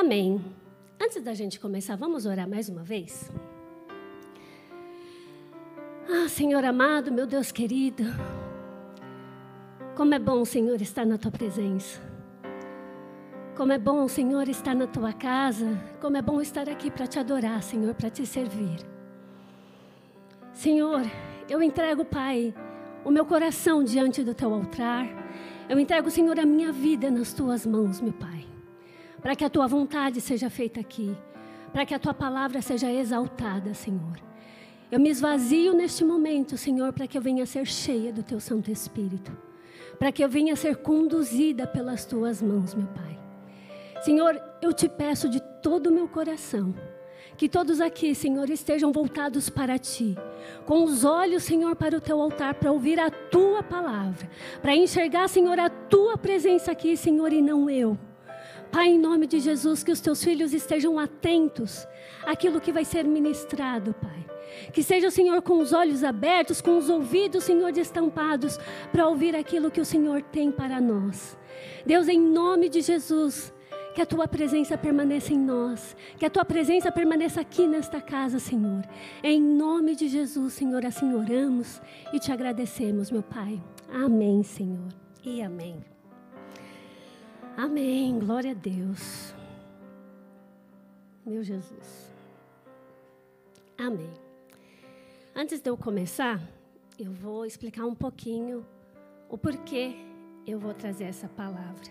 Amém. Antes da gente começar, vamos orar mais uma vez? Senhor amado, meu Deus querido, como é bom, Senhor, estar na Tua presença. Como é bom, Senhor, estar na Tua casa. Como é bom estar aqui para Te adorar, Senhor, para Te servir. Senhor, eu entrego, Pai, o meu coração diante do Teu altar. Eu entrego, Senhor, a minha vida nas Tuas mãos, meu Pai. Para que a Tua vontade seja feita aqui. Para que a Tua palavra seja exaltada, Senhor. Eu me esvazio neste momento, Senhor, para que eu venha a ser cheia do Teu Santo Espírito. Para que eu venha a ser conduzida pelas Tuas mãos, meu Pai. Senhor, eu Te peço de todo o meu coração, que todos aqui, Senhor, estejam voltados para Ti, com os olhos, Senhor, para o Teu altar, para ouvir a Tua palavra, para enxergar, Senhor, a Tua presença aqui, Senhor, e não eu. Pai, em nome de Jesus, que os Teus filhos estejam atentos àquilo que vai ser ministrado, Pai. Que seja o Senhor com os olhos abertos, com os ouvidos, Senhor, destampados, para ouvir aquilo que o Senhor tem para nós. Deus, em nome de Jesus, que a Tua presença permaneça em nós, que a Tua presença permaneça aqui nesta casa, Senhor. Em nome de Jesus, Senhor, assim oramos e Te agradecemos, meu Pai. Amém, Senhor, e amém. Amém, glória a Deus. Meu Jesus. Amém. Antes de eu começar, eu vou explicar um pouquinho o porquê eu vou trazer essa palavra.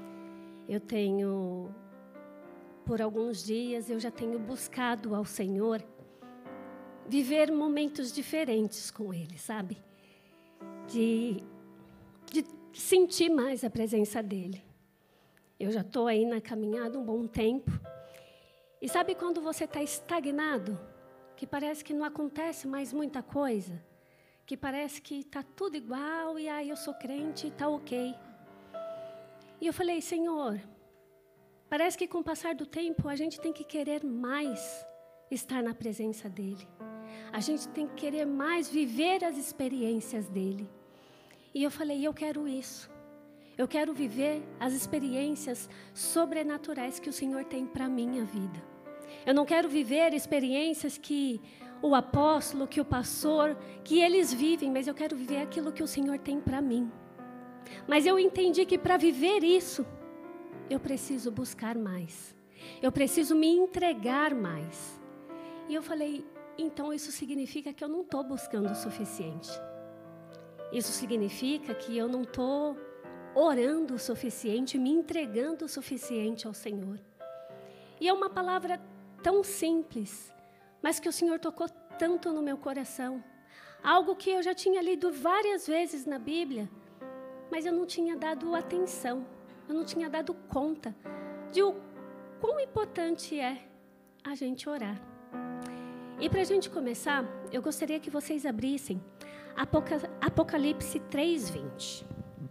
Por alguns dias, eu já tenho buscado ao Senhor viver momentos diferentes com Ele, sabe? De sentir mais a presença dEle. Eu já estou aí na caminhada um bom tempo. E sabe quando você está estagnado? Que parece que não acontece mais muita coisa, que parece que está tudo igual e eu sou crente e está ok. E eu falei, Senhor, parece que com o passar do tempo a gente tem que querer mais estar na presença dEle. A gente tem que querer mais viver as experiências dEle. E eu falei, eu quero isso. Eu quero viver as experiências sobrenaturais que o Senhor tem para a minha vida. Eu não quero viver experiências que o apóstolo, que o pastor, que eles vivem, mas eu quero viver aquilo que o Senhor tem para mim. Mas eu entendi que para viver isso, eu preciso buscar mais. Eu preciso me entregar mais. E eu falei, então isso significa que eu não estou buscando o suficiente. Isso significa que eu não estou orando o suficiente, me entregando o suficiente ao Senhor. E é uma palavra tão simples, mas que o Senhor tocou tanto no meu coração. Algo que eu já tinha lido várias vezes na Bíblia, mas eu não tinha dado atenção, eu não tinha dado conta de o quão importante é a gente orar. E para a gente começar, eu gostaria que vocês abrissem Apocalipse 3:20.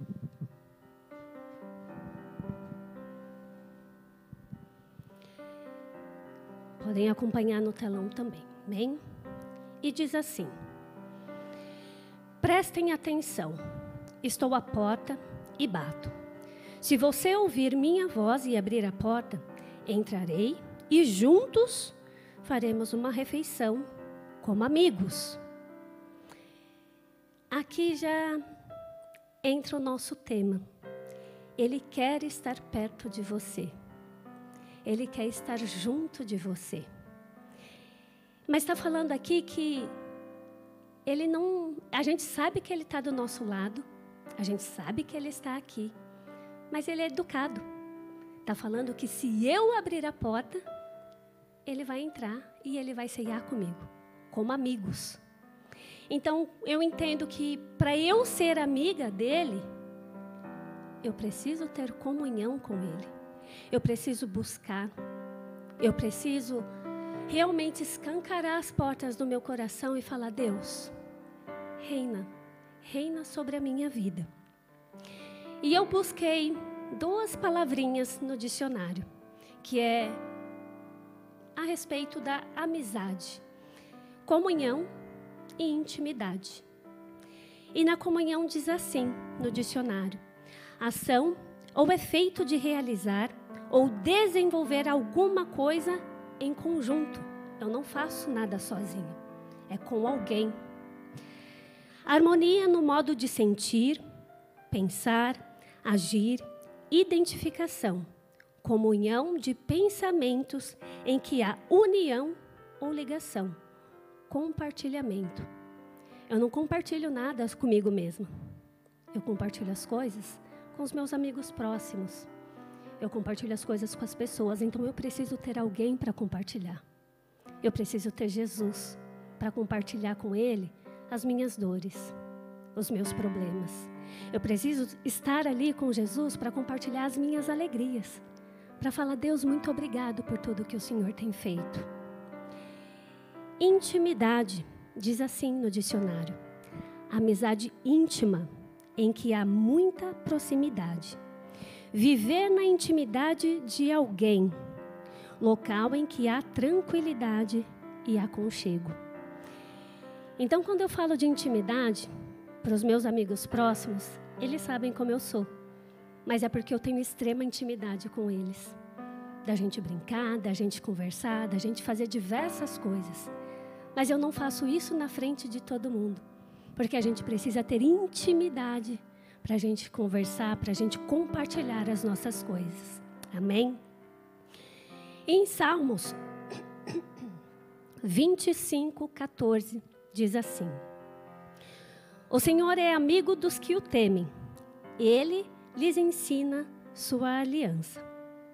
Podem acompanhar no telão também, amém? E diz assim: prestem atenção, estou à porta e bato. Se você ouvir minha voz e abrir a porta, entrarei e juntos faremos uma refeição como amigos. Aqui já entra o nosso tema. Ele quer estar perto de você. Ele quer estar junto de você. Mas está falando aqui que Ele não... A gente sabe que Ele está do nosso lado. A gente sabe que Ele está aqui. Mas Ele é educado. Está falando que se eu abrir a porta, Ele vai entrar e Ele vai ceiar comigo, como amigos. Então, eu entendo que para eu ser amiga dEle, eu preciso ter comunhão com Ele. Eu preciso buscar, eu preciso realmente escancarar as portas do meu coração e falar, Deus, reina sobre a minha vida. E eu busquei 2 palavrinhas no dicionário, que é a respeito da amizade, comunhão e intimidade. E na comunhão diz assim, no dicionário, ação ou efeito de realizar ou desenvolver alguma coisa em conjunto. Eu não faço nada sozinho, é com alguém. Harmonia no modo de sentir, pensar, agir, identificação, comunhão de pensamentos em que há união ou ligação, compartilhamento. Eu não compartilho nada comigo mesma. Eu compartilho as coisas com os meus amigos próximos. Eu compartilho as coisas com as pessoas, então eu preciso ter alguém para compartilhar. Eu preciso ter Jesus para compartilhar com Ele as minhas dores, os meus problemas. Eu preciso estar ali com Jesus para compartilhar as minhas alegrias, para falar, Deus, muito obrigado por tudo que o Senhor tem feito. Intimidade, diz assim no dicionário, amizade íntima, em que há muita proximidade. Viver na intimidade de alguém, local em que há tranquilidade e aconchego. Então, quando eu falo de intimidade, para os meus amigos próximos, eles sabem como eu sou. Mas é porque eu tenho extrema intimidade com eles. Da gente brincar, da gente conversar, da gente fazer diversas coisas. Mas eu não faço isso na frente de todo mundo. Porque a gente precisa ter intimidade para a gente conversar, para a gente compartilhar as nossas coisas. Amém? Em Salmos 25:14, diz assim: o Senhor é amigo dos que o temem. Ele lhes ensina sua aliança.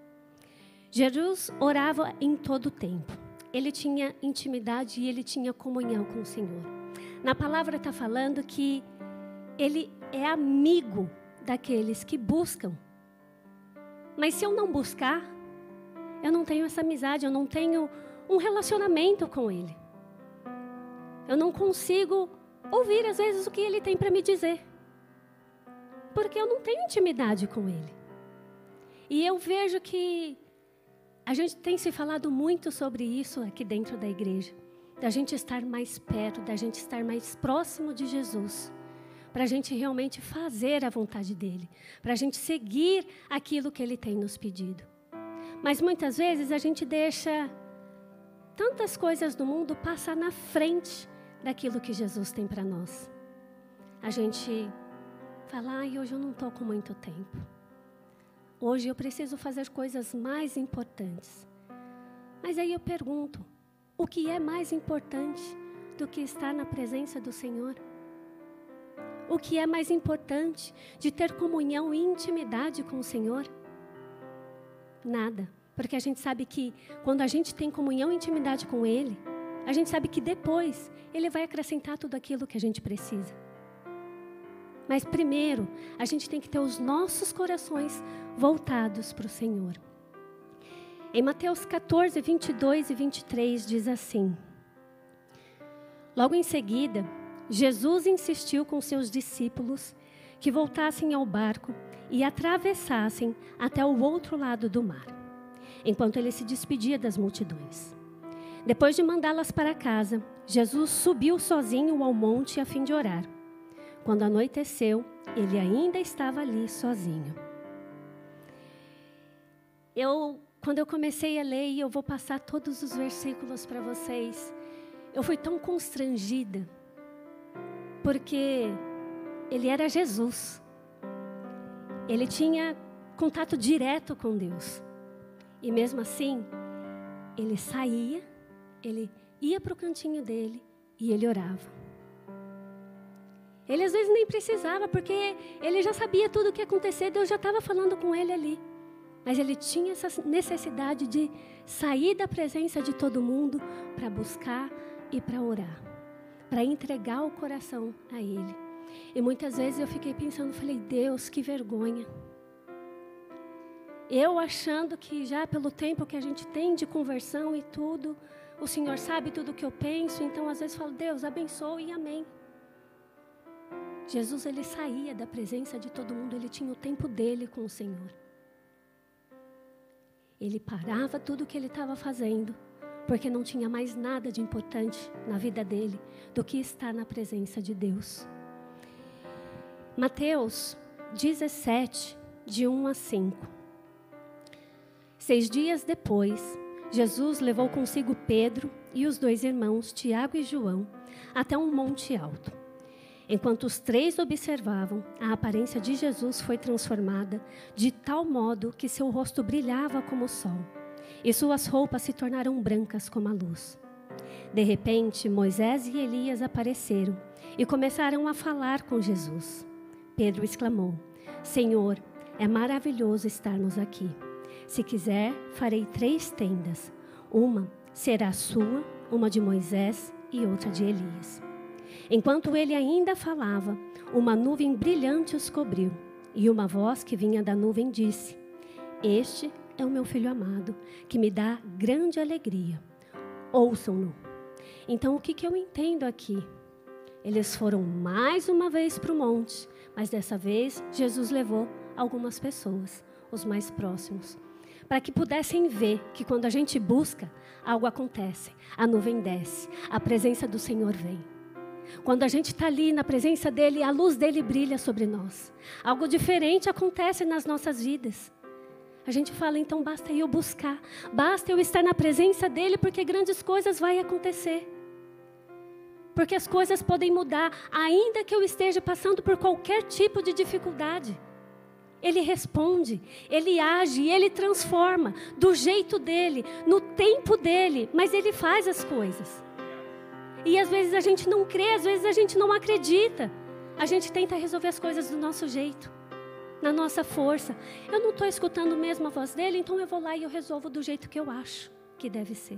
Jesus orava em todo o tempo. Ele tinha intimidade e ele tinha comunhão com o Senhor. Na palavra está falando que ele é amigo daqueles que buscam. Mas se eu não buscar, eu não tenho essa amizade, eu não tenho um relacionamento com ele. Eu não consigo ouvir, às vezes, o que ele tem para me dizer. Porque eu não tenho intimidade com ele. E eu vejo que a gente tem se falado muito sobre isso aqui dentro da igreja. Da gente estar mais perto, da gente estar mais próximo de Jesus. Para a gente realmente fazer a vontade dele. Para a gente seguir aquilo que ele tem nos pedido. Mas muitas vezes a gente deixa tantas coisas do mundo passar na frente daquilo que Jesus tem para nós. A gente fala, hoje eu não estou com muito tempo. Hoje eu preciso fazer coisas mais importantes. Mas aí eu pergunto, o que é mais importante do que estar na presença do Senhor? O que é mais importante de ter comunhão e intimidade com o Senhor? Nada. Porque a gente sabe que quando a gente tem comunhão e intimidade com Ele, a gente sabe que depois Ele vai acrescentar tudo aquilo que a gente precisa. Mas primeiro, a gente tem que ter os nossos corações voltados para o Senhor. Em Mateus 14, 22 e 23 diz assim: logo em seguida, Jesus insistiu com seus discípulos que voltassem ao barco e atravessassem até o outro lado do mar, enquanto ele se despedia das multidões. Depois de mandá-las para casa, Jesus subiu sozinho ao monte a fim de orar. Quando anoiteceu, ele ainda estava ali sozinho. Quando eu comecei a ler, e eu vou passar todos os versículos para vocês, eu fui tão constrangida, porque ele era Jesus. Ele tinha contato direto com Deus. E mesmo assim, ele saía, ele ia para o cantinho dele e ele orava. Ele às vezes nem precisava, porque ele já sabia tudo o que ia acontecer, Deus já estava falando com ele ali. Mas ele tinha essa necessidade de sair da presença de todo mundo para buscar e para orar, para entregar o coração a ele. E muitas vezes eu fiquei pensando, falei, Deus, que vergonha. Eu achando que já pelo tempo que a gente tem de conversão e tudo, o Senhor sabe tudo o que eu penso, então às vezes falo, Deus, abençoe e amém. Jesus, ele saía da presença de todo mundo, ele tinha o tempo dele com o Senhor. Ele parava tudo o que ele estava fazendo, porque não tinha mais nada de importante na vida dele do que estar na presença de Deus. Mateus 17, de 1 a 5. 6 dias depois, Jesus levou consigo Pedro e os 2 irmãos, Tiago e João, até um monte alto. Enquanto os 3 observavam, a aparência de Jesus foi transformada de tal modo que seu rosto brilhava como o sol, e suas roupas se tornaram brancas como a luz. De repente, Moisés e Elias apareceram e começaram a falar com Jesus. Pedro exclamou: Senhor, é maravilhoso estarmos aqui. Se quiser, farei 3 tendas. Uma será sua, uma de Moisés e outra de Elias. Enquanto ele ainda falava, uma nuvem brilhante os cobriu, e uma voz que vinha da nuvem disse: Este é o meu filho amado, que me dá grande alegria. Ouçam-no. Então, o que eu entendo aqui? Eles foram mais uma vez para o monte, mas dessa vez Jesus levou algumas pessoas, os mais próximos, para que pudessem ver que quando a gente busca, algo acontece, a nuvem desce, a presença do Senhor vem. Quando a gente está ali na presença dEle, a luz dEle brilha sobre nós. Algo diferente acontece nas nossas vidas. A gente fala, então basta eu buscar, basta eu estar na presença dEle, porque grandes coisas vão acontecer. Porque as coisas podem mudar, ainda que eu esteja passando por qualquer tipo de dificuldade. Ele responde, Ele age, Ele transforma do jeito dEle, no tempo dEle, mas Ele faz as coisas. E às vezes a gente não crê, às vezes a gente não acredita. A gente tenta resolver as coisas do nosso jeito, na nossa força. Eu não estou escutando mesmo a voz dEle, então eu vou lá e eu resolvo do jeito que eu acho que deve ser.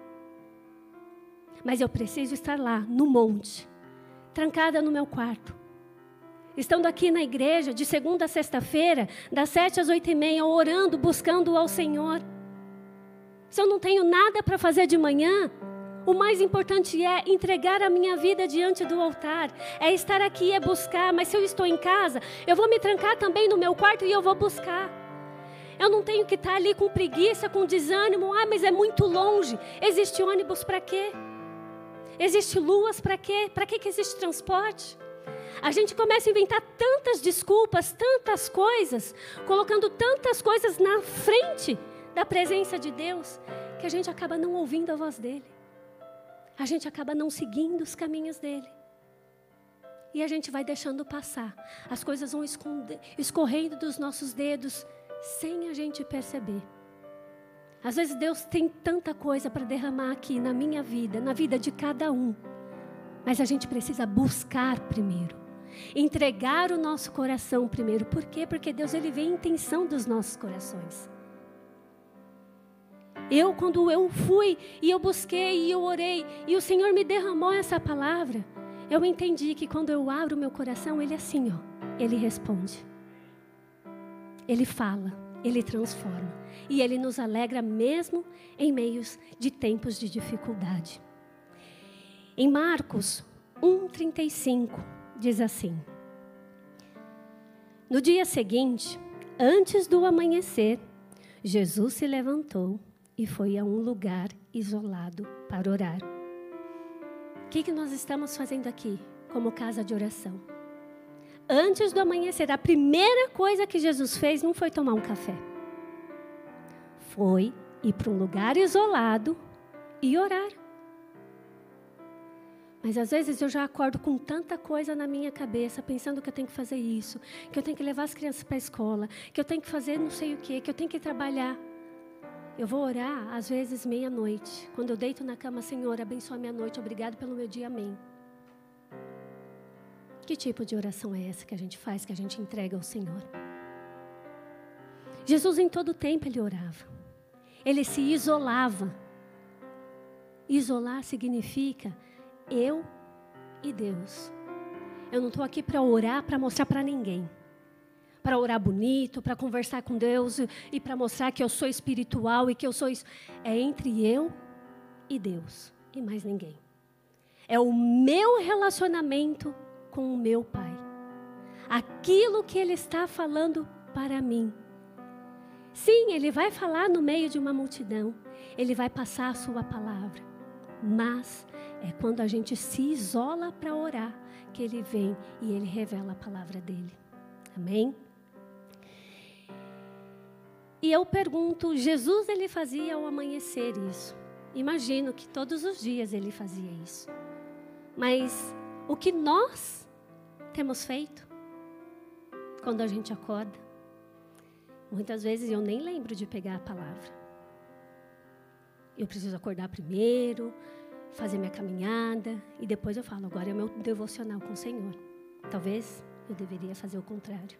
Mas eu preciso estar lá, no monte, trancada no meu quarto. Estando aqui na igreja, de segunda a sexta-feira, das 7 às 8h30, orando, buscando ao Senhor. Se eu não tenho nada para fazer de manhã, o mais importante é entregar a minha vida diante do altar. É estar aqui, é buscar. Mas se eu estou em casa, eu vou me trancar também no meu quarto e eu vou buscar. Eu não tenho que estar ali com preguiça, com desânimo. Mas é muito longe. Existe ônibus para quê? Existe luas para quê? Para que existe transporte? A gente começa a inventar tantas desculpas, tantas coisas, colocando tantas coisas na frente da presença de Deus, que a gente acaba não ouvindo a voz dEle. A gente acaba não seguindo os caminhos dEle. E a gente vai deixando passar. As coisas vão escorrendo dos nossos dedos, sem a gente perceber. Às vezes Deus tem tanta coisa para derramar aqui na minha vida, na vida de cada um. Mas a gente precisa buscar primeiro. Entregar o nosso coração primeiro. Por quê? Porque Deus, Ele vê a intenção dos nossos corações. Quando eu fui e eu busquei e eu orei e o Senhor me derramou essa palavra, eu entendi que quando eu abro o meu coração, Ele assim, Ele responde. Ele fala, Ele transforma e Ele nos alegra mesmo em meios de tempos de dificuldade. Em Marcos 1:35 diz assim: No dia seguinte, antes do amanhecer, Jesus se levantou e foi a um lugar isolado para orar. O que nós estamos fazendo aqui como casa de oração? Antes do amanhecer, a primeira coisa que Jesus fez não foi tomar um café. Foi ir para um lugar isolado e orar. Mas às vezes eu já acordo com tanta coisa na minha cabeça, pensando que eu tenho que fazer isso, que eu tenho que levar as crianças para a escola, que eu tenho que fazer não sei o quê, que eu tenho que trabalhar. Eu vou orar, às vezes, meia-noite. Quando eu deito na cama, Senhor, abençoa a minha noite, obrigado pelo meu dia, amém. Que tipo de oração é essa que a gente faz, que a gente entrega ao Senhor? Jesus, em todo tempo, Ele orava. Ele se isolava. Isolar significa eu e Deus. Eu não estou aqui para orar, para mostrar para ninguém. Para orar bonito, para conversar com Deus e para mostrar que eu sou espiritual e que eu sou isso. É entre eu e Deus e mais ninguém. É o meu relacionamento com o meu Pai. Aquilo que Ele está falando para mim. Sim, Ele vai falar no meio de uma multidão. Ele vai passar a sua palavra. Mas é quando a gente se isola para orar que Ele vem e Ele revela a palavra dEle. Amém? E eu pergunto, Jesus ele fazia ao amanhecer isso. Imagino que todos os dias ele fazia isso. Mas o que nós temos feito quando a gente acorda? Muitas vezes eu nem lembro de pegar a palavra. Eu preciso acordar primeiro, fazer minha caminhada e depois eu falo, agora é o meu devocional com o Senhor. Talvez eu deveria fazer o contrário.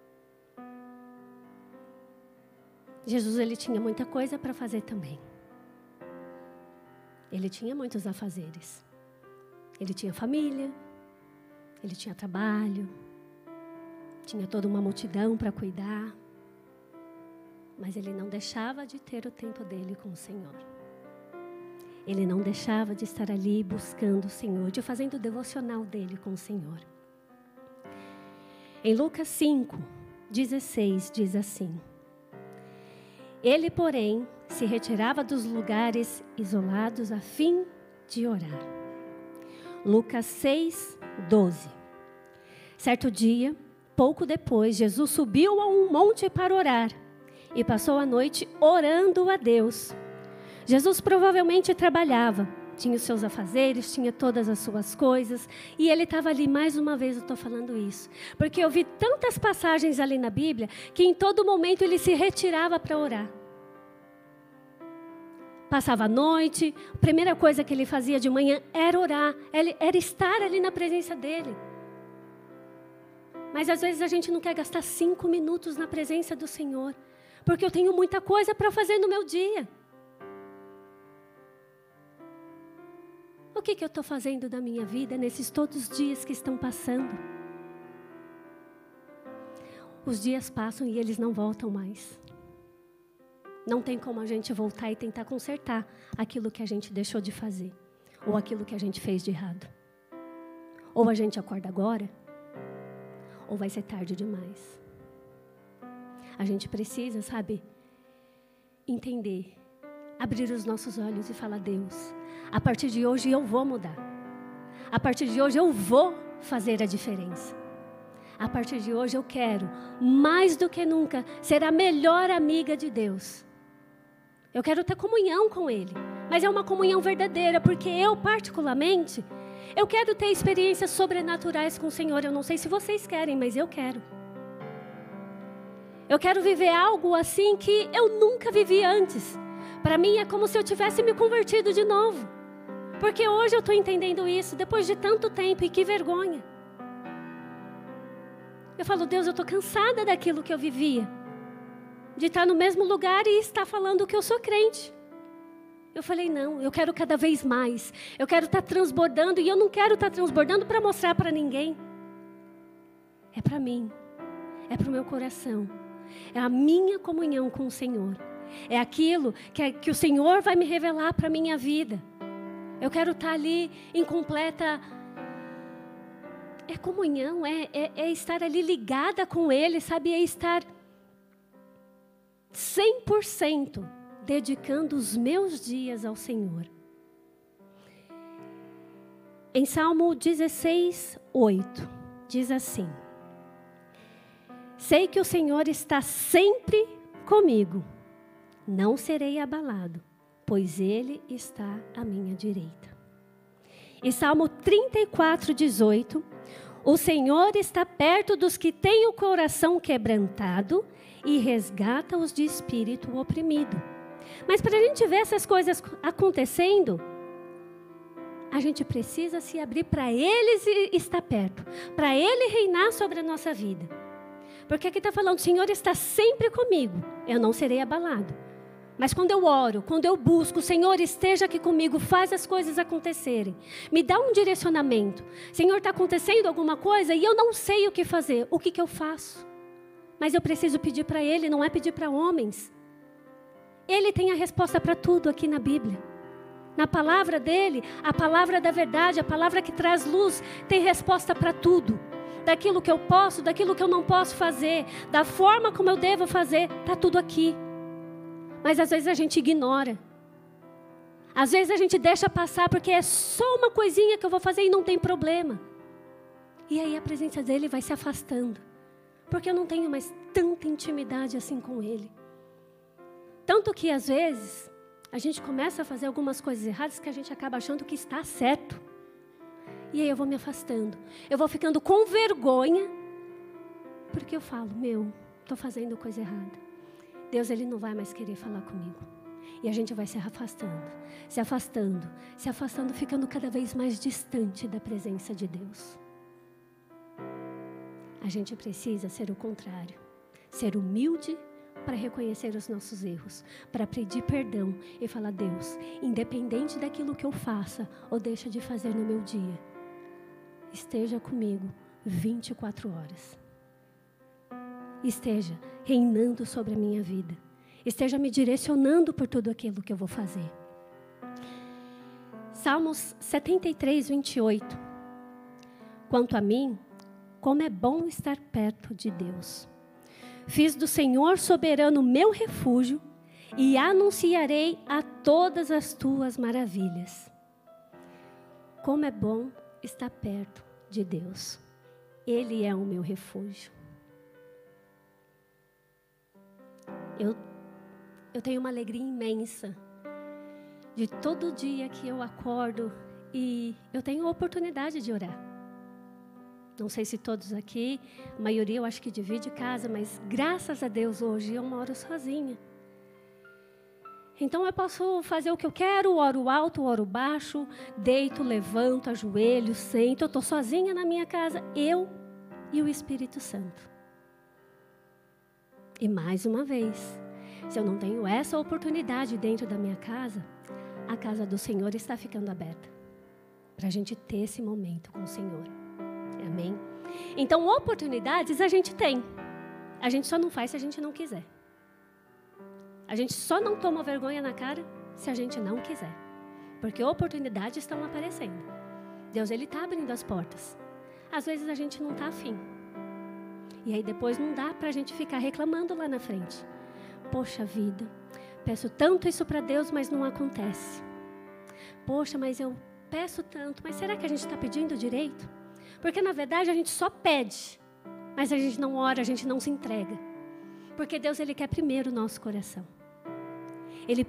Jesus, ele tinha muita coisa para fazer também. Ele tinha muitos afazeres. Ele tinha família, ele tinha trabalho, tinha toda uma multidão para cuidar. Mas ele não deixava de ter o tempo dele com o Senhor. Ele não deixava de estar ali buscando o Senhor, de fazendo o devocional dele com o Senhor. Em Lucas 5:16 diz assim: Ele, porém, se retirava dos lugares isolados a fim de orar. Lucas 6:12. Certo dia, pouco depois, Jesus subiu a um monte para orar e passou a noite orando a Deus. Jesus provavelmente trabalhava, tinha os seus afazeres, tinha todas as suas coisas, e ele estava ali, mais uma vez eu estou falando isso, porque eu vi tantas passagens ali na Bíblia, que em todo momento ele se retirava para orar. Passava a noite, a primeira coisa que ele fazia de manhã era orar, era estar ali na presença dele. Mas às vezes a gente não quer gastar 5 minutos na presença do Senhor, porque eu tenho muita coisa para fazer no meu dia. O que eu estou fazendo da minha vida nesses todos os dias que estão passando? Os dias passam e eles não voltam mais. Não tem como a gente voltar e tentar consertar aquilo que a gente deixou de fazer, ou aquilo que a gente fez de errado. Ou a gente acorda agora, ou vai ser tarde demais. A gente precisa, sabe, entender, abrir os nossos olhos e falar: Deus, a partir de hoje eu vou mudar. A partir de hoje eu vou fazer a diferença. A partir de hoje eu quero, mais do que nunca, ser a melhor amiga de Deus. Eu quero ter comunhão com Ele, mas é uma comunhão verdadeira, porque eu, particularmente, eu quero ter experiências sobrenaturais com o Senhor. Eu não sei se vocês querem, mas eu quero. Eu quero viver algo assim que eu nunca vivi antes. Para mim é como se eu tivesse me convertido de novo. Porque hoje eu estou entendendo isso, depois de tanto tempo, e que vergonha. Eu falo: Deus, eu estou cansada daquilo que eu vivia. De estar no mesmo lugar e estar falando que eu sou crente. Eu falei: não, eu quero cada vez mais. Eu quero estar transbordando, e eu não quero estar transbordando para mostrar para ninguém. É para mim, é para o meu coração. É a minha comunhão com o Senhor. É aquilo que o Senhor vai me revelar para a minha vida. Eu quero estar ali em completa... É comunhão, é estar ali ligada com Ele, sabe? É estar 100% dedicando os meus dias ao Senhor. Em Salmo 16:8, diz assim: Sei que o Senhor está sempre comigo. Não serei abalado, pois Ele está à minha direita. E Salmo 34:18, o Senhor está perto dos que têm o coração quebrantado e resgata-os de espírito oprimido. Mas para a gente ver essas coisas acontecendo, a gente precisa se abrir para Ele estar perto, para Ele reinar sobre a nossa vida. Porque aqui está falando: o Senhor está sempre comigo, eu não serei abalado. Mas quando eu oro, quando eu busco, o Senhor esteja aqui comigo, faz as coisas acontecerem. Me dá um direcionamento. Senhor, está acontecendo alguma coisa e eu não sei o que fazer. O que eu faço? Mas eu preciso pedir para Ele, não é pedir para homens. Ele tem a resposta para tudo aqui na Bíblia. Na palavra dEle, a palavra da verdade, a palavra que traz luz, tem resposta para tudo. Daquilo que eu posso, daquilo que eu não posso fazer, da forma como eu devo fazer, está tudo aqui. Mas às vezes a gente ignora. Às vezes a gente deixa passar porque é só uma coisinha que eu vou fazer e não tem problema. E aí a presença dEle vai se afastando. Porque eu não tenho mais tanta intimidade assim com Ele. Tanto que, às vezes, a gente começa a fazer algumas coisas erradas que a gente acaba achando que está certo. E aí eu vou me afastando. Eu vou ficando com vergonha, porque eu falo, estou fazendo coisa errada. Deus, Ele não vai mais querer falar comigo. E a gente vai se afastando, ficando cada vez mais distante da presença de Deus. A gente precisa ser o contrário. Ser humilde para reconhecer os nossos erros, para pedir perdão e falar, Deus, independente daquilo que eu faça ou deixe de fazer no meu dia, esteja comigo 24 horas. Esteja reinando sobre a minha vida. Esteja me direcionando por tudo aquilo que eu vou fazer. Salmos 73, 28. Quanto a mim, como é bom estar perto de Deus. Fiz do Senhor soberano meu refúgio e anunciarei a todas as tuas maravilhas. Como é bom estar perto de Deus. Ele é o meu refúgio. Eu tenho uma alegria imensa de todo dia que eu acordo e eu tenho a oportunidade de orar. Não sei se todos aqui, a maioria eu acho que divide casa, mas graças a Deus hoje eu moro sozinha. Então eu posso fazer o que eu quero, oro alto, oro baixo, deito, levanto, ajoelho, sento. Eu estou sozinha na minha casa, eu e o Espírito Santo. E mais uma vez, se eu não tenho essa oportunidade dentro da minha casa, a casa do Senhor está ficando aberta. Para a gente ter esse momento com o Senhor. Amém? Então, oportunidades a gente tem. A gente só não faz se a gente não quiser. A gente só não toma vergonha na cara se a gente não quiser. Porque oportunidades estão aparecendo. Deus, Ele está abrindo as portas. Às vezes a gente não está afim. E aí depois não dá para a gente ficar reclamando lá na frente. Poxa vida, peço tanto isso para Deus, mas não acontece. Poxa, mas eu peço tanto, mas será que a gente está pedindo direito? Porque na verdade a gente só pede, mas a gente não ora, a gente não se entrega. Porque Deus, Ele quer primeiro o nosso coração. Ele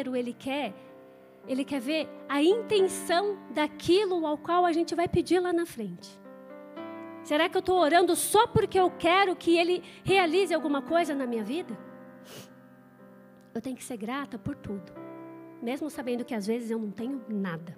quer ver a intenção daquilo ao qual a gente vai pedir lá na frente. Será que eu estou orando só porque eu quero que Ele realize alguma coisa na minha vida? Eu tenho que ser grata por tudo, mesmo sabendo que às vezes eu não tenho nada.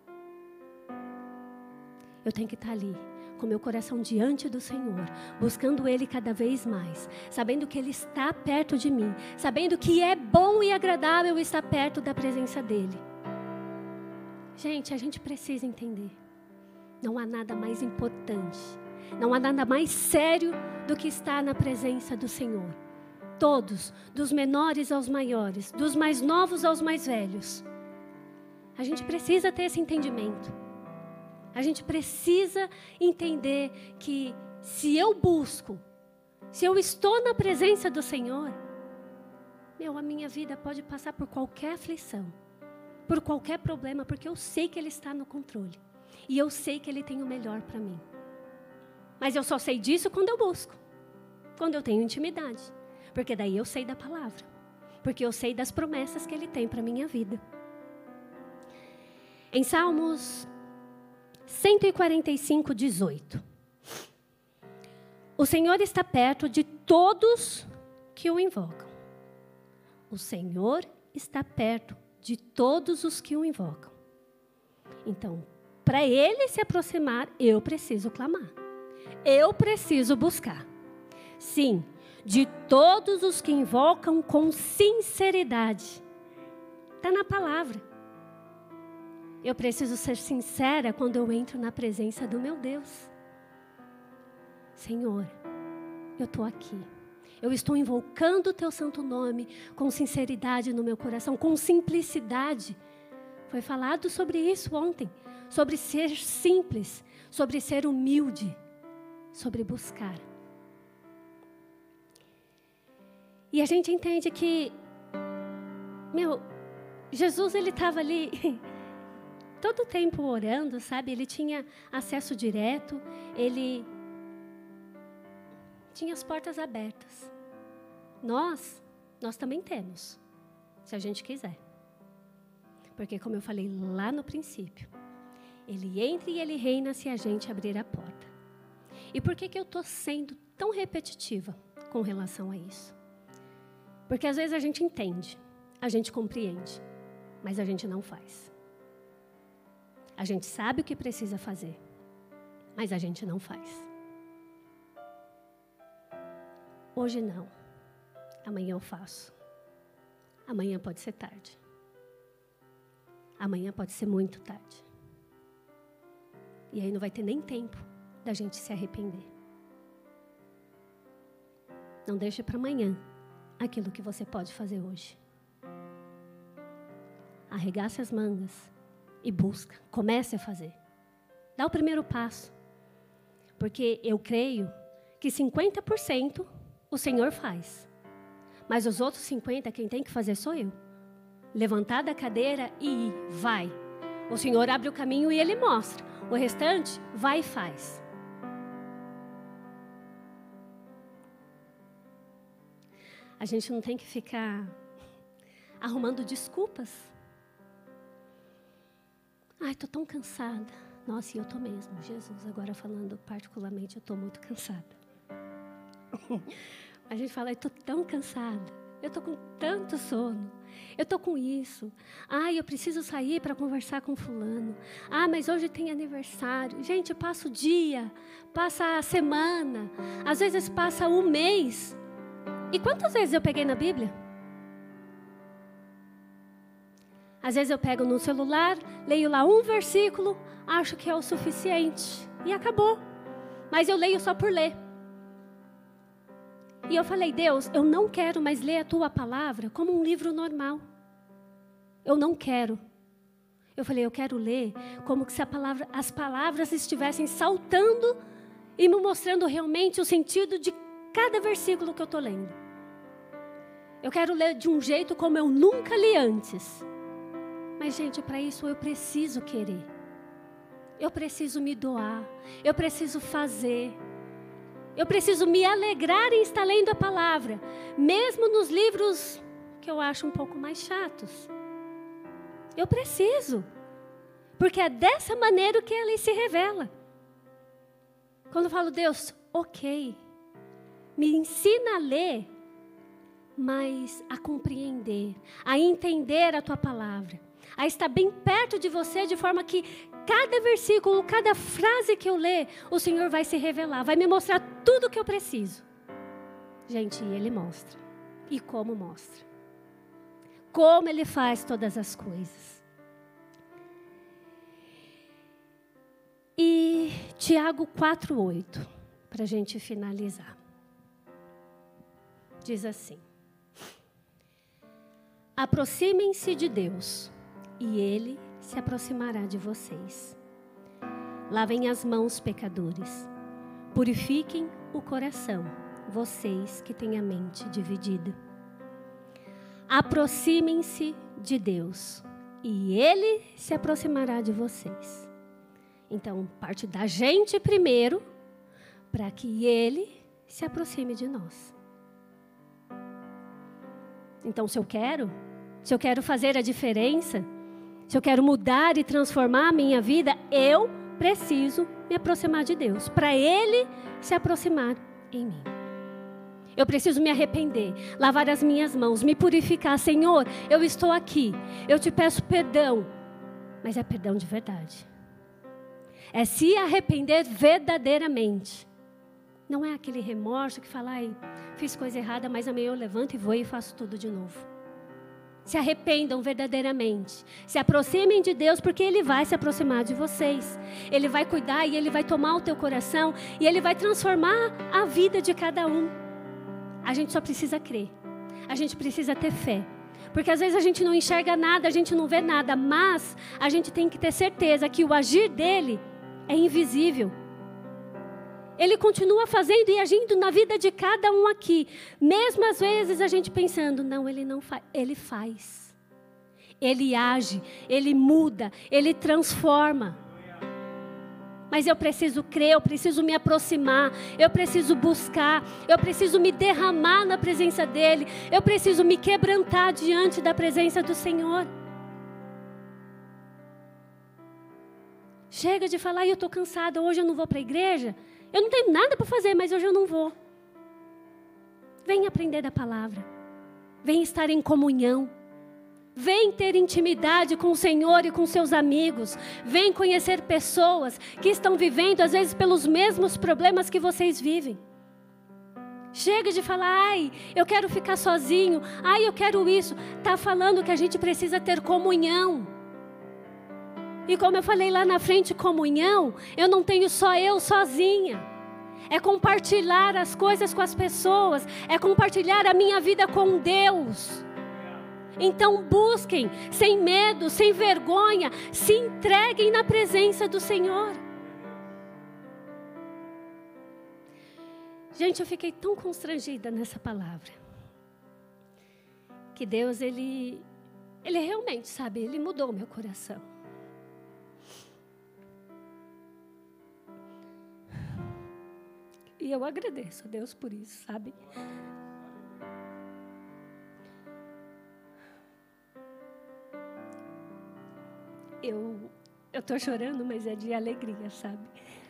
Eu tenho que estar ali, com meu coração diante do Senhor, buscando Ele cada vez mais, sabendo que Ele está perto de mim, sabendo que é bom e agradável estar perto da presença dEle. Gente, a gente precisa entender, não há nada mais importante, não há nada mais sério do que estar na presença do Senhor. Todos, dos menores aos maiores, dos mais novos aos mais velhos. A gente precisa ter esse entendimento. A gente precisa entender que se eu busco, se eu estou na presença do Senhor, a minha vida pode passar por qualquer aflição, por qualquer problema, porque eu sei que Ele está no controle. E eu sei que Ele tem o melhor para mim. Mas eu só sei disso quando eu busco, quando eu tenho intimidade. Porque daí eu sei da palavra, porque eu sei das promessas que Ele tem para a minha vida. Em Salmos 145, 18. O Senhor está perto de todos que o invocam. O Senhor está perto de todos os que o invocam. Então, para Ele se aproximar, eu preciso clamar. Eu preciso buscar. Sim, de todos os que invocam com sinceridade. Está na palavra. Eu preciso ser sincera quando eu entro na presença do meu Deus. Senhor, eu estou aqui. Eu estou invocando o Teu santo nome com sinceridade no meu coração, com simplicidade. Foi falado sobre isso ontem. Sobre ser simples, sobre ser humilde, sobre buscar. E a gente entende que, Jesus, Ele estava ali todo o tempo orando, sabe? Ele tinha acesso direto, Ele tinha as portas abertas. Nós também temos. se a gente quiser. Porque, como eu falei lá no princípio, Ele entra e Ele reina se a gente abrir a porta. E por que eu estou sendo tão repetitiva com relação a isso? Porque às vezes a gente entende, a gente compreende, mas a gente não faz. A gente sabe o que precisa fazer, mas a gente não faz. Hoje não, amanhã eu faço. Amanhã pode ser tarde. Amanhã pode ser muito tarde. E aí não vai ter nem tempo da gente se arrepender. Não deixe para amanhã aquilo que você pode fazer hoje. Arregace as mangas e busca. Comece a fazer. Dá o primeiro passo. Porque eu creio que 50% o Senhor faz. Mas os outros 50%, quem tem que fazer sou eu. Levantar da cadeira e ir. Vai. O Senhor abre o caminho e Ele mostra. O restante, vai e faz. A gente não tem que ficar arrumando desculpas. Ai, estou tão cansada. Nossa, e eu estou mesmo. Jesus, agora falando particularmente, eu estou muito cansada. A gente fala, eu estou tão cansada. Eu estou com tanto sono. Eu estou com isso. Ai, eu preciso sair para conversar com fulano. Ah, mas hoje tem aniversário. Gente, passa o dia, passa a semana. Às vezes passa um mês. E quantas vezes eu peguei na Bíblia? Às vezes eu pego no celular, leio lá um versículo, acho que é o suficiente. E acabou. Mas eu leio só por ler. E eu falei, Deus, eu não quero mais ler a Tua palavra como um livro normal. Eu não quero. Eu falei, eu quero ler como se as palavras estivessem saltando e me mostrando realmente o sentido de cada versículo que eu estou lendo. Eu quero ler de um jeito como eu nunca li antes. Mas, gente, para isso eu preciso querer. Eu preciso me doar. Eu preciso fazer. Eu preciso me alegrar em estar lendo a palavra, mesmo nos livros que eu acho um pouco mais chatos. Eu preciso, porque é dessa maneira que ela se revela. Quando eu falo, Deus, ok, me ensina a ler, mas a compreender, a entender a Tua palavra, a estar bem perto de você, de forma que cada versículo, cada frase que eu ler, o Senhor vai se revelar, vai me mostrar tudo o que eu preciso. Gente, e Ele mostra. E como mostra. Como Ele faz todas as coisas. E Tiago 4:8, para a gente finalizar. Diz assim: aproximem-se de Deus, e Ele se aproximará de vocês. Lavem as mãos, pecadores. Purifiquem o coração, vocês que têm a mente dividida. Aproximem-se de Deus, e Ele se aproximará de vocês. Então, parte da gente primeiro, para que Ele se aproxime de nós. Então, se eu quero fazer a diferença, se eu quero mudar e transformar a minha vida, eu preciso me aproximar de Deus, para Ele se aproximar em mim. Eu preciso me arrepender, lavar as minhas mãos, me purificar. Senhor, eu estou aqui, eu te peço perdão, mas é perdão de verdade. É se arrepender verdadeiramente. Não é aquele remorso que fala, ai, fiz coisa errada, mas amanhã eu levanto e vou e faço tudo de novo. Se arrependam verdadeiramente. Se aproximem de Deus, porque Ele vai se aproximar de vocês. Ele vai cuidar e Ele vai tomar o teu coração e Ele vai transformar a vida de cada um. A gente só precisa crer. A gente precisa ter fé. Porque às vezes a gente não enxerga nada, a gente não vê nada, mas a gente tem que ter certeza que o agir dEle é invisível. Ele continua fazendo e agindo na vida de cada um aqui. Mesmo às vezes a gente pensando, não, Ele não faz. Ele faz. Ele age, Ele muda, Ele transforma. Mas eu preciso crer, eu preciso me aproximar, eu preciso buscar, eu preciso me derramar na presença dEle, eu preciso me quebrantar diante da presença do Senhor. Chega de falar, eu estou cansada, hoje eu não vou para a igreja, eu não tenho nada para fazer, mas hoje eu não vou. Vem aprender da palavra, vem estar em comunhão. Vem ter intimidade com o Senhor e com seus amigos. Vem conhecer pessoas que estão vivendo, às vezes, pelos mesmos problemas que vocês vivem. Chega de falar, ai, eu quero ficar sozinho. Ai, eu quero isso. Está falando que a gente precisa ter comunhão. E como eu falei lá na frente, comunhão, eu não tenho só eu sozinha. É compartilhar as coisas com as pessoas. É compartilhar a minha vida com Deus. Então busquem, sem medo, sem vergonha, se entreguem na presença do Senhor. Gente, eu fiquei tão constrangida nessa palavra. Que Deus, Ele realmente, sabe, Ele mudou o meu coração. E eu agradeço a Deus por isso, sabe? Eu estou chorando, mas é de alegria, sabe?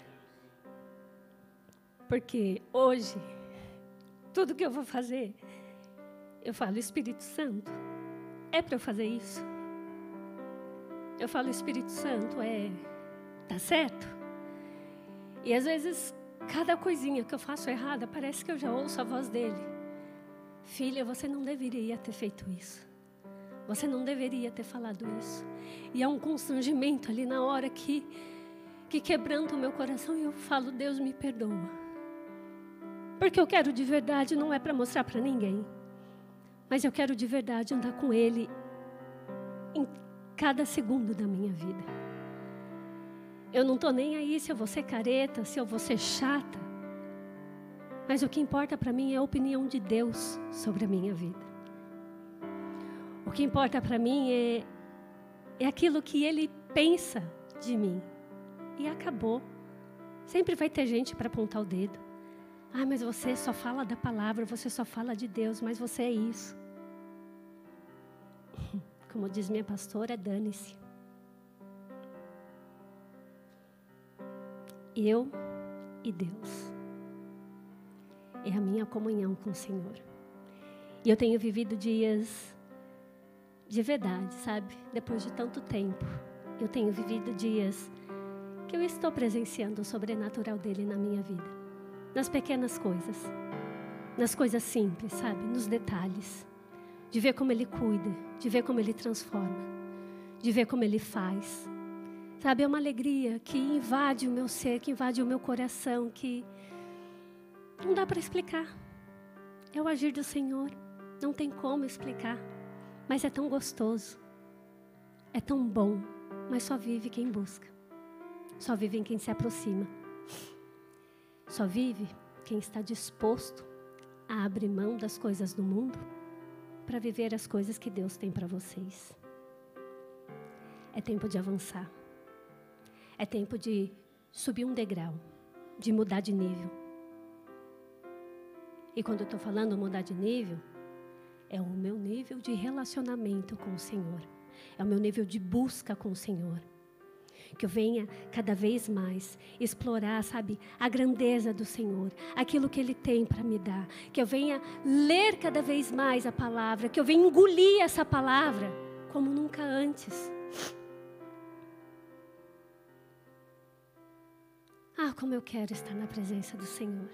Porque hoje, tudo que eu vou fazer, eu falo, Espírito Santo, é para eu fazer isso? Eu falo, Espírito Santo, tá certo? E às vezes, cada coisinha que eu faço errada, parece que eu já ouço a voz dele. Filha, você não deveria ter feito isso. Você não deveria ter falado isso. E é um constrangimento ali na hora que quebranta o meu coração. E eu falo, Deus me perdoa. Porque eu quero de verdade, não é para mostrar para ninguém. Mas eu quero de verdade andar com Ele em cada segundo da minha vida. Eu não estou nem aí se eu vou ser careta, se eu vou ser chata. Mas o que importa para mim é a opinião de Deus sobre a minha vida. O que importa para mim é aquilo que Ele pensa de mim. E acabou. Sempre vai ter gente para apontar o dedo. Ah, mas você só fala da palavra, você só fala de Deus, mas você é isso. Como diz minha pastora, dane-se. Eu e Deus. É a minha comunhão com o Senhor. E eu tenho vivido dias de verdade, sabe? Depois de tanto tempo, eu tenho vivido dias que eu estou presenciando o sobrenatural dele na minha vida. Nas pequenas coisas, nas coisas simples, sabe? Nos detalhes. De ver como ele cuida, de ver como ele transforma, de ver como ele faz. Sabe, é uma alegria que invade o meu ser, que invade o meu coração, que não dá para explicar. É o agir do Senhor, não tem como explicar. Mas é tão gostoso, é tão bom, mas só vive quem busca. Só vive quem se aproxima. Só vive quem está disposto a abrir mão das coisas do mundo para viver as coisas que Deus tem para vocês. É tempo de avançar. É tempo de subir um degrau, de mudar de nível. E quando eu estou falando mudar de nível, é o meu nível de relacionamento com o Senhor. É o meu nível de busca com o Senhor. Que eu venha cada vez mais explorar, sabe, a grandeza do Senhor. Aquilo que Ele tem para me dar. Que eu venha ler cada vez mais a palavra. Que eu venha engolir essa palavra como nunca antes. Ah, como eu quero estar na presença do Senhor.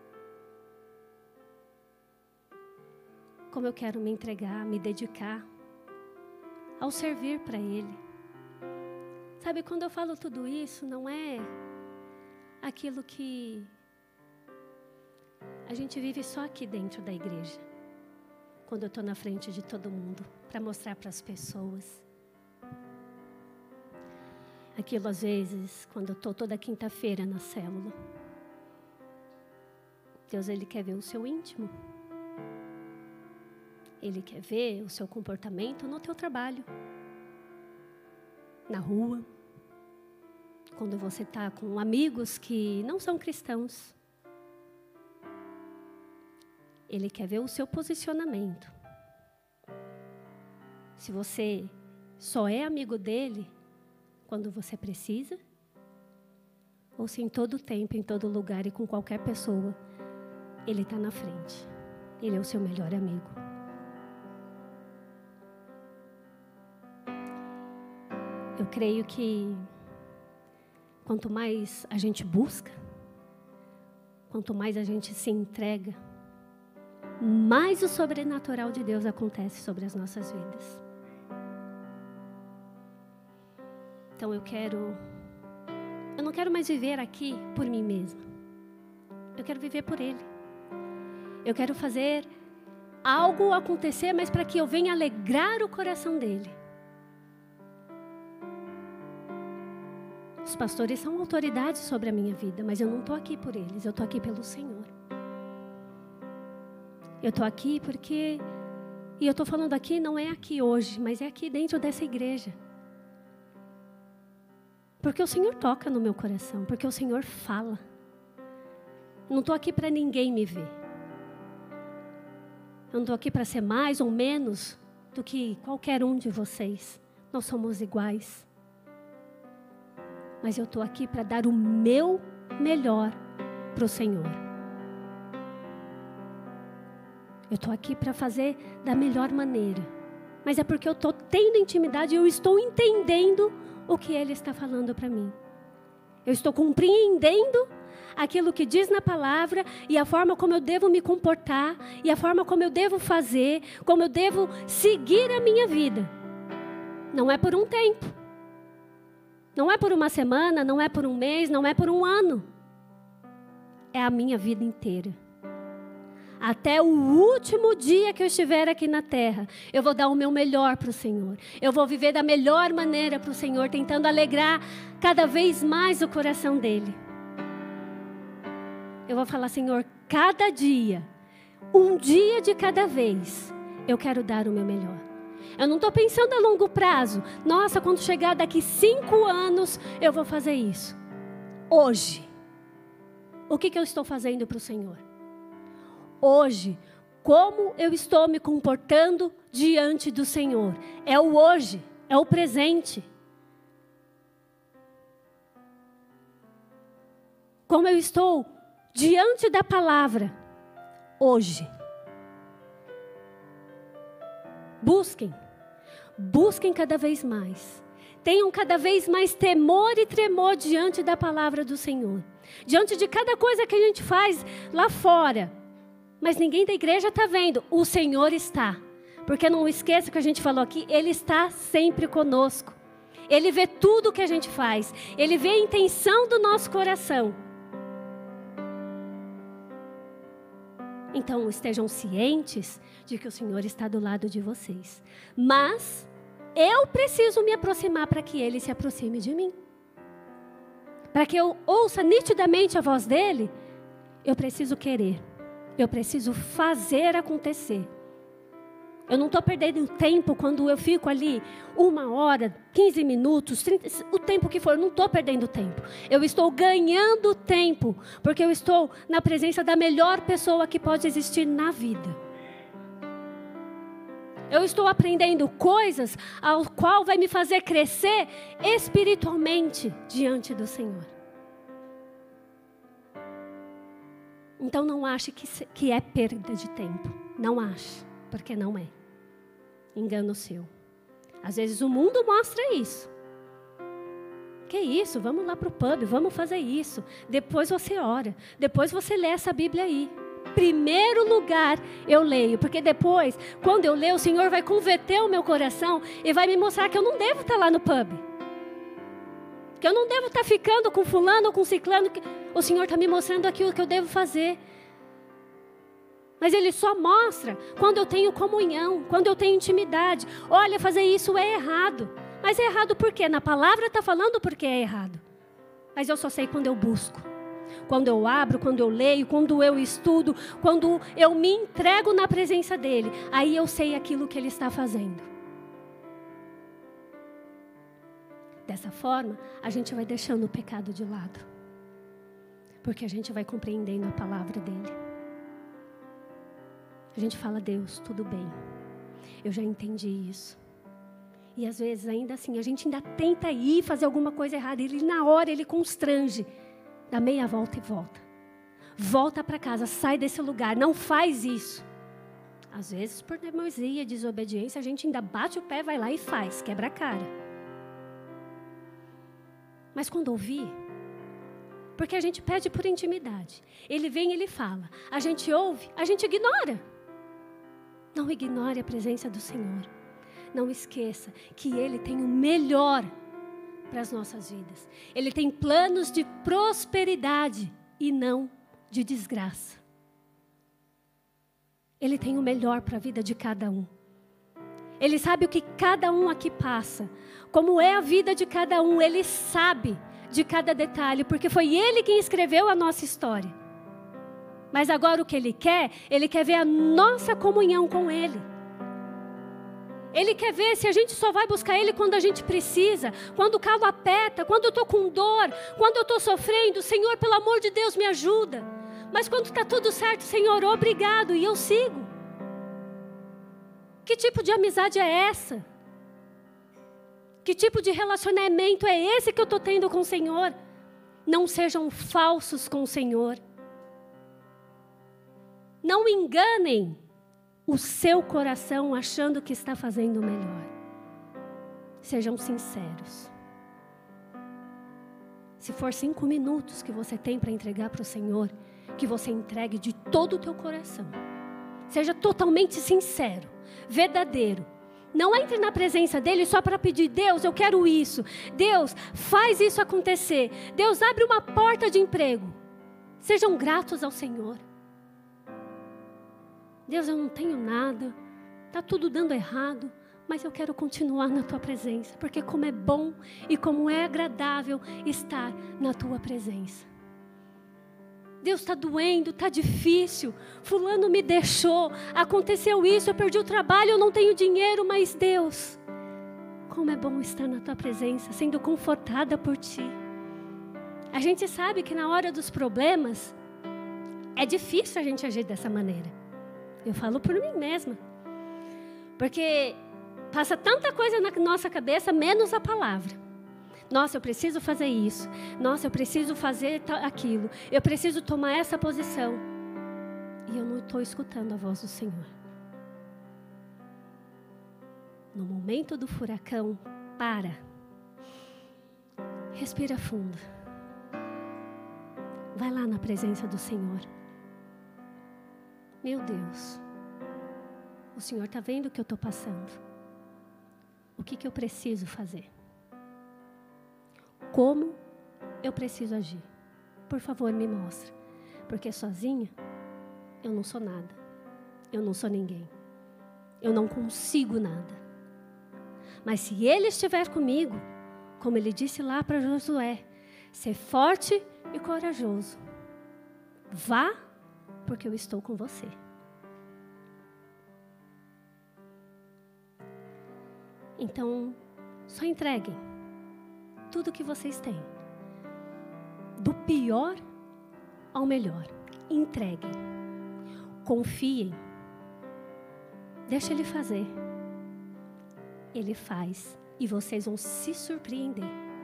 Como eu quero me entregar, me dedicar ao servir para Ele. Sabe, quando eu falo tudo isso, não é aquilo que a gente vive só aqui dentro da igreja. Quando eu estou na frente de todo mundo, para mostrar para as pessoas. Aquilo, às vezes, quando eu estou toda quinta-feira na célula. Deus, Ele quer ver o seu íntimo. Ele quer ver o seu comportamento no teu trabalho, na rua, quando você está com amigos que não são cristãos. Ele quer ver o seu posicionamento. Se você só é amigo dele quando você precisa, ou se em todo tempo, em todo lugar e com qualquer pessoa, ele está na frente. Ele é o seu melhor amigo. Eu creio que quanto mais a gente busca, quanto mais a gente se entrega, mais o sobrenatural de Deus acontece sobre as nossas vidas. Então eu não quero mais viver aqui por mim mesma. Eu quero viver por Ele. Eu quero fazer algo acontecer, mas para que eu venha alegrar o coração dEle. Os pastores são autoridades sobre a minha vida, mas eu não estou aqui por eles, eu estou aqui pelo Senhor. Eu estou aqui porque, e eu estou falando aqui, não é aqui hoje, mas é aqui dentro dessa igreja. Porque o Senhor toca no meu coração, porque o Senhor fala. Eu não estou aqui para ninguém me ver. Eu não estou aqui para ser mais ou menos do que qualquer um de vocês. Nós somos iguais. Mas eu estou aqui para dar o meu melhor para o Senhor. Eu estou aqui para fazer da melhor maneira. Mas é porque eu estou tendo intimidade e eu estou entendendo o que Ele está falando para mim. Eu estou compreendendo aquilo que diz na palavra e a forma como eu devo me comportar e a forma como eu devo fazer, como eu devo seguir a minha vida. Não é por um tempo. Não é por uma semana, não é por um mês, não é por um ano. É a minha vida inteira. Até o último dia que eu estiver aqui na terra, eu vou dar o meu melhor para o Senhor. Eu vou viver da melhor maneira para o Senhor, tentando alegrar cada vez mais o coração dEle. Eu vou falar, Senhor, cada dia, um dia de cada vez, eu quero dar o meu melhor. Eu não estou pensando a longo prazo. Nossa, quando chegar daqui 5 anos, eu vou fazer isso. Hoje, o que eu estou fazendo para o Senhor? Hoje, como eu estou me comportando diante do Senhor? É o hoje, é o presente. Como eu estou diante da palavra, hoje. Busquem cada vez mais. Tenham cada vez mais temor e tremor diante da palavra do Senhor. Diante de cada coisa que a gente faz lá fora. Mas ninguém da igreja está vendo. O Senhor está. Porque não esqueça que a gente falou aqui, Ele está sempre conosco. Ele vê tudo o que a gente faz. Ele vê a intenção do nosso coração. Então estejam cientes de que o Senhor está do lado de vocês. Mas eu preciso me aproximar para que Ele se aproxime de mim. Para que eu ouça nitidamente a voz dEle, eu preciso querer. Eu preciso fazer acontecer. Eu não estou perdendo tempo quando eu fico ali 1 hora, 15 minutos, 30, o tempo que for, eu não estou perdendo tempo. Eu estou ganhando tempo, porque eu estou na presença da melhor pessoa que pode existir na vida. Eu estou aprendendo coisas ao qual vai me fazer crescer espiritualmente diante do Senhor. Então não ache que é perda de tempo. Não ache, porque não é. Engano seu. Às vezes o mundo mostra isso. Que isso? Vamos lá para o pub, vamos fazer isso. Depois você ora. Depois você lê essa Bíblia aí. Primeiro lugar eu leio, porque depois, quando eu ler, o Senhor vai converter o meu coração e vai me mostrar que eu não devo estar lá no pub. Que eu não devo estar ficando com fulano ou com ciclano. O Senhor está me mostrando aquilo que eu devo fazer. Mas Ele só mostra quando eu tenho comunhão, quando eu tenho intimidade. Olha, fazer isso é errado. Mas é errado por quê? Na palavra está falando porque é errado. Mas eu só sei quando eu busco. Quando eu abro, quando eu leio, quando eu estudo, quando eu me entrego na presença dEle. Aí eu sei aquilo que Ele está fazendo. Dessa forma, a gente vai deixando o pecado de lado. Porque a gente vai compreendendo a palavra dele. A gente fala, Deus, tudo bem. Eu já entendi isso. E às vezes, ainda assim, a gente ainda tenta ir fazer alguma coisa errada. Ele, na hora, ele constrange. Dá meia volta e volta. Volta para casa, sai desse lugar. Não faz isso. Às vezes, por teimosia, desobediência, a gente ainda bate o pé, vai lá e faz. Quebra a cara. Mas quando ouvir, porque a gente pede por intimidade. Ele vem, ele fala. A gente ouve, a gente ignora. Não ignore a presença do Senhor. Não esqueça que Ele tem o melhor para as nossas vidas. Ele tem planos de prosperidade e não de desgraça. Ele tem o melhor para a vida de cada um. Ele sabe o que cada um aqui passa. Como é a vida de cada um. Ele sabe de cada detalhe, porque foi Ele quem escreveu a nossa história. Mas agora o que Ele quer ver a nossa comunhão com Ele. Ele quer ver se a gente só vai buscar Ele quando a gente precisa, quando o calo aperta, quando eu estou com dor, quando eu estou sofrendo. Senhor, pelo amor de Deus, me ajuda. Mas quando está tudo certo, Senhor, obrigado, e eu sigo. Que tipo de amizade é essa? Que tipo de relacionamento é esse que eu estou tendo com o Senhor? Não sejam falsos com o Senhor. Não enganem o seu coração achando que está fazendo o melhor. Sejam sinceros. Se for 5 minutos que você tem para entregar para o Senhor, que você entregue de todo o teu coração. Seja totalmente sincero, verdadeiro. Não entre na presença dele só para pedir, Deus, eu quero isso. Deus, faz isso acontecer. Deus, abre uma porta de emprego. Sejam gratos ao Senhor. Deus, eu não tenho nada. Está tudo dando errado. Mas eu quero continuar na tua presença. Porque como é bom e como é agradável estar na tua presença. Deus, está doendo, está difícil. Fulano me deixou, aconteceu isso, eu perdi o trabalho, eu não tenho dinheiro, mas Deus, como é bom estar na tua presença, sendo confortada por ti. A gente sabe que na hora dos problemas, é difícil a gente agir dessa maneira. Eu falo por mim mesma. Porque passa tanta coisa na nossa cabeça, menos a palavra. Nossa, eu preciso fazer isso. Nossa, eu preciso fazer aquilo. Eu preciso tomar essa posição. E eu não estou escutando a voz do Senhor. No momento do furacão, para. Respira fundo. Vai lá na presença do Senhor. Meu Deus. O Senhor está vendo o que eu estou passando. O que eu preciso fazer? Como eu preciso agir? Por favor, me mostra. Porque sozinha, eu não sou nada. Eu não sou ninguém. Eu não consigo nada. Mas se Ele estiver comigo, como Ele disse lá para Josué, ser forte e corajoso. Vá, porque eu estou com você. Então, só entreguem tudo que vocês têm. Do pior ao melhor. Entreguem. Confiem. Deixa Ele fazer. Ele faz. E vocês vão se surpreender.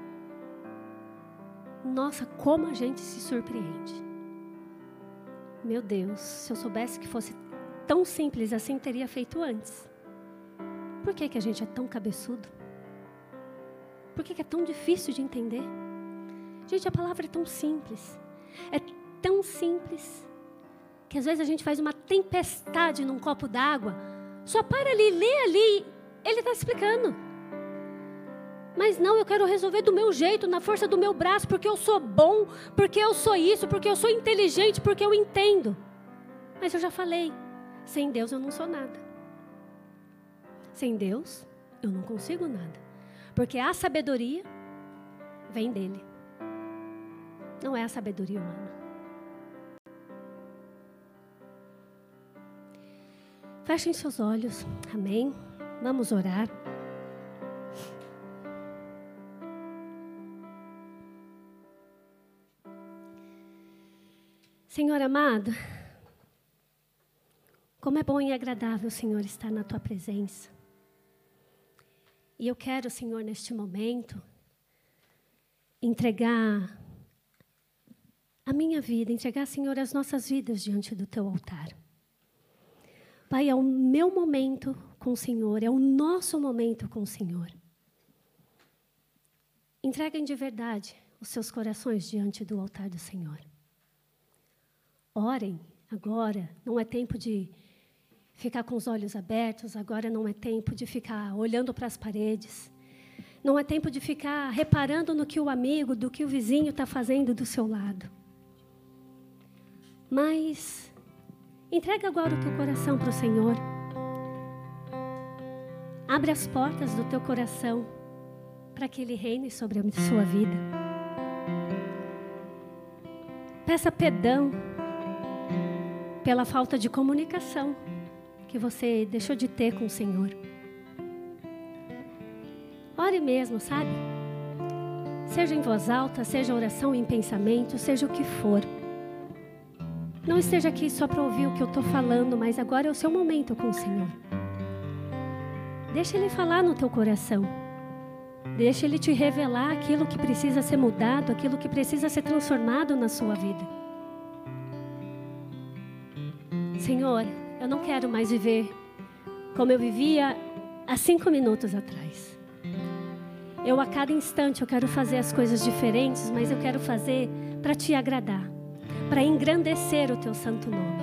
Nossa, como a gente se surpreende. Meu Deus, se eu soubesse que fosse tão simples assim, teria feito antes. Por que a gente é tão cabeçudo? Por que é tão difícil de entender? Gente, a palavra é tão simples. É tão simples. Que às vezes a gente faz uma tempestade num copo d'água. Só para ali, lê ali. Ele está explicando. Mas não, eu quero resolver do meu jeito, na força do meu braço. Porque eu sou bom, porque eu sou isso, porque eu sou inteligente, porque eu entendo. Mas eu já falei. Sem Deus eu não sou nada. Sem Deus eu não consigo nada. Porque a sabedoria vem dele. Não é a sabedoria humana. Fechem seus olhos. Amém? Vamos orar. Senhor amado, como é bom e agradável, Senhor, estar na Tua presença. E eu quero, Senhor, neste momento, entregar a minha vida, entregar, Senhor, as nossas vidas diante do Teu altar. Pai, é o meu momento com o Senhor, é o nosso momento com o Senhor. Entreguem de verdade os seus corações diante do altar do Senhor. Orem agora, não é tempo de ficar com os olhos abertos, agora não é tempo de ficar olhando para as paredes, não é tempo de ficar reparando no que o amigo, do que o vizinho está fazendo do seu lado. Mas entrega agora o teu coração para o Senhor. Abre as portas do teu coração para que Ele reine sobre a sua vida. Peça perdão pela falta de comunicação que você deixou de ter com o Senhor. Ore mesmo, sabe? Seja em voz alta, seja oração em pensamento, seja o que for. Não esteja aqui só para ouvir o que eu estou falando, mas agora é o seu momento com o Senhor. Deixa Ele falar no teu coração. Deixa Ele te revelar aquilo que precisa ser mudado, aquilo que precisa ser transformado na sua vida. Senhor, eu não quero mais viver como eu vivia há 5 minutos atrás. A cada instante, eu quero fazer as coisas diferentes, mas eu quero fazer para Te agradar, para engrandecer o Teu santo nome.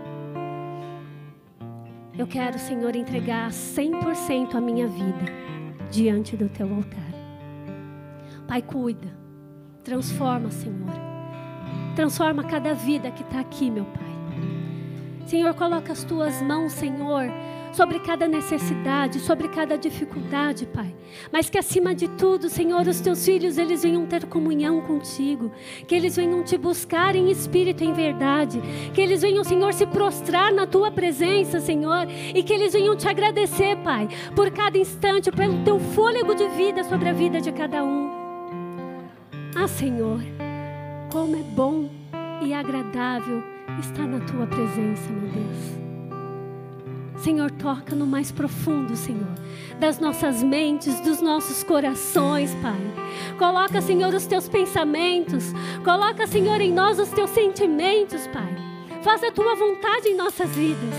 Eu quero, Senhor, entregar 100% a minha vida diante do Teu altar. Pai, cuida, transforma, Senhor. Transforma cada vida que está aqui, meu Pai. Senhor, coloca as Tuas mãos, Senhor, sobre cada necessidade, sobre cada dificuldade, Pai. Mas que acima de tudo, Senhor, os Teus filhos, eles venham ter comunhão contigo. Que eles venham Te buscar em espírito e em verdade. Que eles venham, Senhor, se prostrar na Tua presença, Senhor. E que eles venham Te agradecer, Pai, por cada instante, pelo Teu fôlego de vida sobre a vida de cada um. Ah, Senhor, como é bom e agradável estar na Tua presença, meu Deus. Senhor, toca no mais profundo, Senhor, das nossas mentes, dos nossos corações, Pai. Coloca, Senhor, os Teus pensamentos. Coloca, Senhor, em nós os Teus sentimentos, Pai. Faça a Tua vontade em nossas vidas.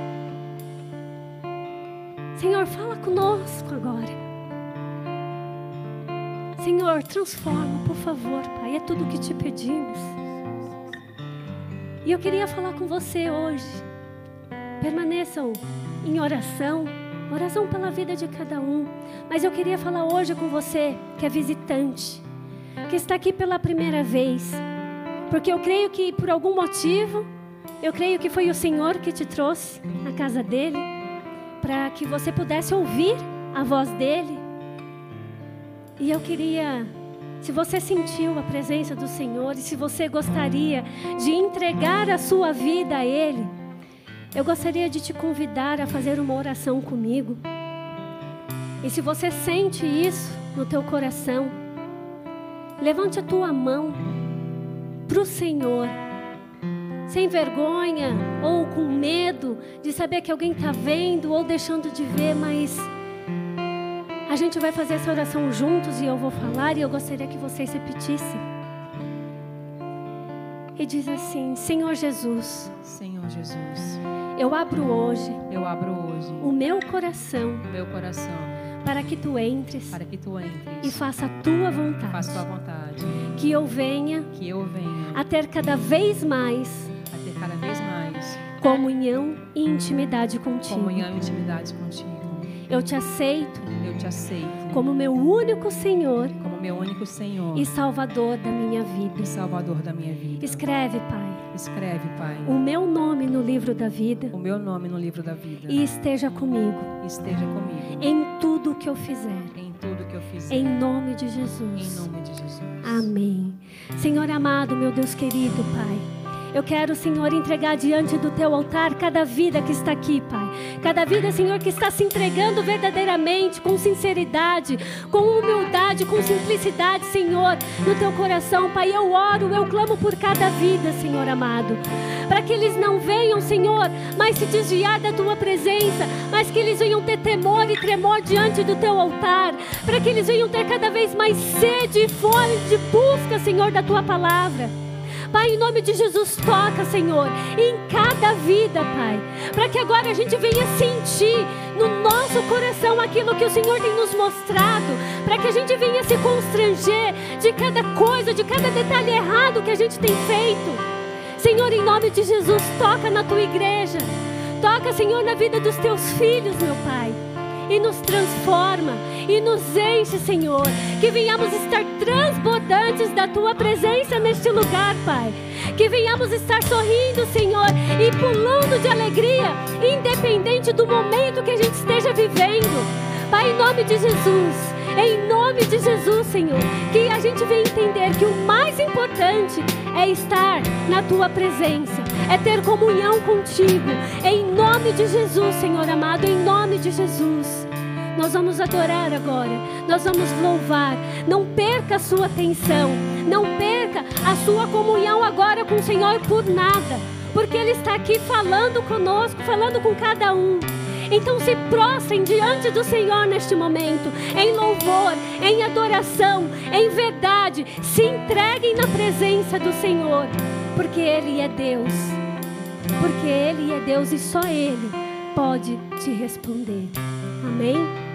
Senhor, fala conosco agora. Senhor, transforma, por favor, Pai. É tudo o que Te pedimos. E eu queria falar com você hoje. Permaneçam em oração pela vida de cada um. Mas eu queria falar hoje com você que é visitante, que está aqui pela primeira vez. Porque eu creio que por algum motivo, eu creio que foi o Senhor que te trouxe na casa dEle, para que você pudesse ouvir a voz dEle. E eu queria, se você sentiu a presença do Senhor e se você gostaria de entregar a sua vida a Ele, eu gostaria de te convidar a fazer uma oração comigo. E se você sente isso no teu coração, levante a tua mão para o Senhor, sem vergonha ou com medo de saber que alguém está vendo ou deixando de ver, mas a gente vai fazer essa oração juntos e eu vou falar e eu gostaria que vocês repetissem. E diz assim: Senhor Jesus, Senhor Jesus, eu abro hoje o meu coração para que Tu entres e faça a Tua vontade. Que eu venha a ter cada vez mais comunhão e intimidade contigo. Eu te aceito como meu único Senhor e Salvador da minha vida. Escreve, Pai, o meu nome no livro da vida. E esteja comigo em tudo que eu fizer. Em nome de Jesus. Amém. Senhor amado, meu Deus querido, Pai, Eu quero, Senhor, entregar diante do Teu altar cada vida que está aqui, Pai. Cada vida, Senhor, que está se entregando verdadeiramente, com sinceridade, com humildade, com simplicidade, Senhor, no Teu coração, Pai. Eu oro, eu clamo por cada vida, Senhor amado, para que eles não venham, Senhor, mais se desviar da Tua presença, mas que eles venham ter temor e tremor diante do Teu altar, para que eles venham ter cada vez mais sede e fome de busca, Senhor, da Tua palavra. Pai, em nome de Jesus, toca, Senhor, em cada vida, Pai, para que agora a gente venha sentir no nosso coração aquilo que o Senhor tem nos mostrado, para que a gente venha se constranger de cada coisa, de cada detalhe errado que a gente tem feito. Senhor, em nome de Jesus, toca na Tua igreja, toca, Senhor, na vida dos Teus filhos, meu Pai, e nos transforma, e nos enche, Senhor, que venhamos estar transbordantes da Tua presença neste lugar, Pai, que venhamos estar sorrindo, Senhor, e pulando de alegria, independente do momento que a gente esteja vivendo, Pai, em nome de Jesus, Senhor, que a gente venha entender que o mais importante é estar na Tua presença, é ter comunhão contigo, em nome de Jesus, Senhor amado, em nome de Jesus. Nós vamos adorar agora, nós vamos louvar. Não perca a sua atenção, não perca a sua comunhão agora com o Senhor por nada, porque Ele está aqui falando conosco, falando com cada um. Então se prostrem diante do Senhor neste momento, em louvor, em adoração, em verdade. Se entreguem na presença do Senhor, porque Ele é Deus, porque Ele é Deus e só Ele pode te responder. Amém?